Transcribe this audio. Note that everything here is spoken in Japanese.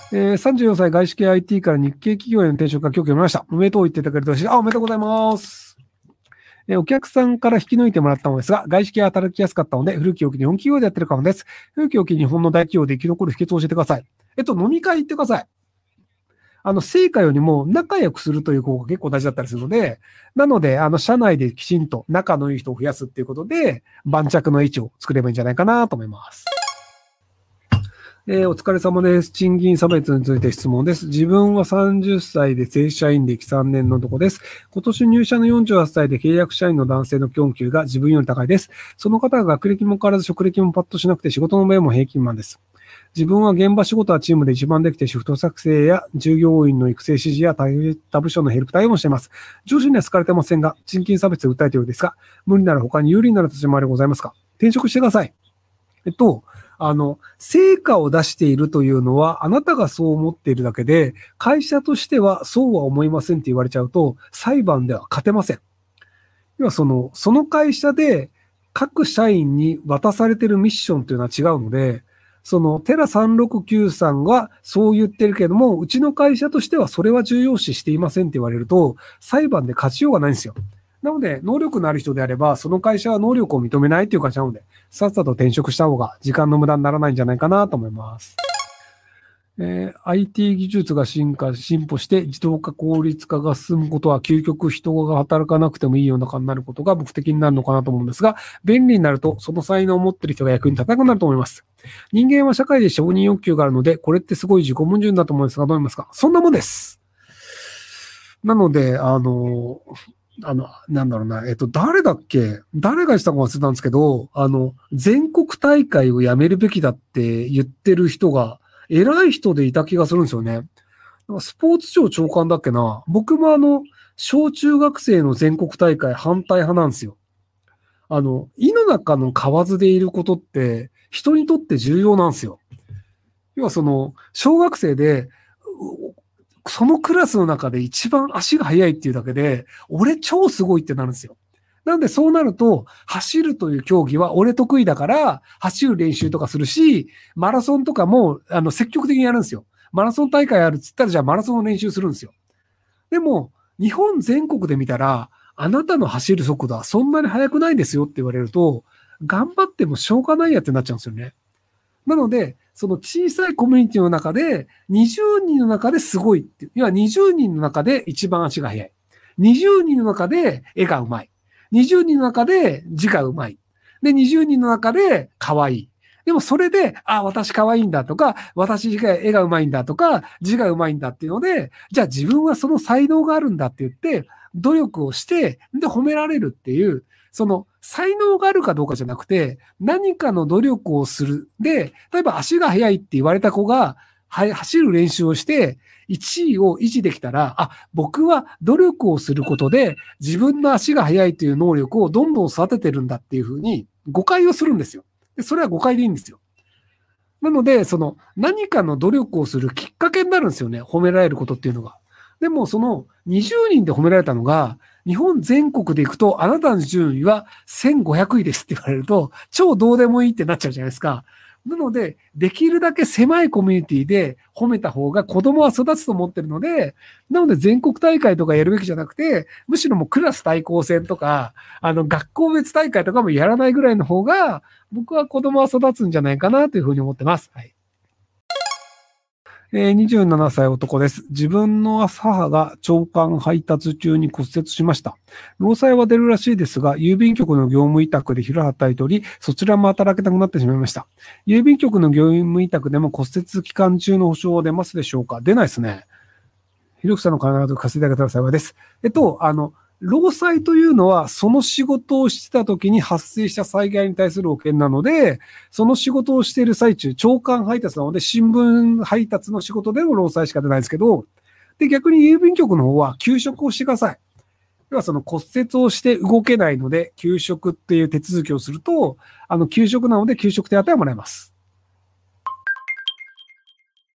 34歳外資系 IT から日系企業への転職が今日決まりました。おめでとう言っていただけると嬉しい。おめでとうございます。お客さんから引き抜いてもらったのですが、外資系は働きやすかったので、古き良き日本企業でやってるかもです。古き良き日本の大企業で生き残る秘訣を教えてください。飲み会行ってください。成果よりも仲良くするという方が結構大事だったりするので、なので、社内できちんと仲のいい人を増やすっていうことで、盤石の位置を作ればいいんじゃないかなと思います。お疲れ様です。賃金差別について質問です。自分は30歳で正社員歴3年の男です。今年入社の48歳で契約社員の男性の基本給が自分より高いです。その方が学歴も変わらず職歴もパッとしなくて仕事の面も平均マンです。自分は現場仕事はチームで一番できてシフト作成や従業員の育成指示や他部署のヘルプ対応もしています。上司には好かれてませんが、賃金差別を訴えているようですが、無理なら他に有利になる立場もありございますか？転職してください。成果を出しているというのは、あなたがそう思っているだけで、会社としてはそうは思いませんって言われちゃうと、裁判では勝てません。要はその会社で各社員に渡されているミッションというのは違うので、テラ369さんがそう言ってるけども、うちの会社としてはそれは重要視していませんって言われると、裁判で勝ちようがないんですよ。なので、能力のある人であれば、その会社は能力を認めないっていう会社なので、さっさと転職した方が時間の無駄にならないんじゃないかなと思います。IT 技術が進歩して自動化効率化が進むことは究極人が働かなくてもいいような感になることが目的になるのかなと思うんですが、便利になるとその才能を持っている人が役に立たなくなると思います。人間は社会で承認欲求があるので、これってすごい自己矛盾だと思うんですが、どう思いますか？そんなもんです。なので、なんだろうな、誰だっけ？誰がしたか忘れたんですけど、全国大会をやめるべきだって言ってる人が、偉い人でいた気がするんですよね。スポーツ庁長官だっけな。僕も小中学生の全国大会反対派なんですよ。井の中の蛙でいることって人にとって重要なんですよ。要は小学生で、そのクラスの中で一番足が速いっていうだけで、俺超すごいってなるんですよ。なんでそうなると、走るという競技は俺得意だから、走る練習とかするし、マラソンとかも、積極的にやるんですよ。マラソン大会あるっつったら、じゃあマラソンの練習するんですよ。でも、日本全国で見たら、あなたの走る速度はそんなに速くないですよって言われると、頑張ってもしょうがないやってなっちゃうんですよね。なので、その小さいコミュニティの中で、20人の中ですごいっていう。要は20人の中で一番足が速い。20人の中で絵がうまい。20人の中で字がうまい。で、20人の中で可愛い。でもそれで、私可愛いんだとか、私が絵がうまいんだとか、字がうまいんだっていうので、じゃあ自分はその才能があるんだって言って、努力をして、で、褒められるっていう、才能があるかどうかじゃなくて、何かの努力をする。で、例えば足が速いって言われた子が、走る練習をして、1位を維持できたら、僕は努力をすることで、自分の足が速いという能力をどんどん育ててるんだっていうふうに誤解をするんですよ。でそれは誤解でいいんですよ。なので、何かの努力をするきっかけになるんですよね。褒められることっていうのが。でも、20人で褒められたのが、日本全国で行くと、あなたの順位は1500位ですって言われると、超どうでもいいってなっちゃうじゃないですか。なので、できるだけ狭いコミュニティで褒めた方が子供は育つと思ってるので、なので全国大会とかやるべきじゃなくて、むしろもうクラス対抗戦とか、学校別大会とかもやらないぐらいの方が、僕は子供は育つんじゃないかなというふうに思ってます。はい。27歳男です。自分の母が朝刊配達中に骨折しました。労災は出るらしいですが、郵便局の業務委託で昼働いており、そちらも働けなくなってしまいました。郵便局の業務委託でも骨折期間中の保証は出ますでしょうか？出ないですね。ひろきさんの金など稼いであげたら幸いです。労災というのは、その仕事をしてた時に発生した災害に対する保険なので、その仕事をしている最中、朝刊配達なので、新聞配達の仕事でも労災しか出ないんですけど、で、逆に郵便局の方は休職をしてください。要は骨折をして動けないので、休職っていう手続きをすると、休職なので休職手当はもらえます。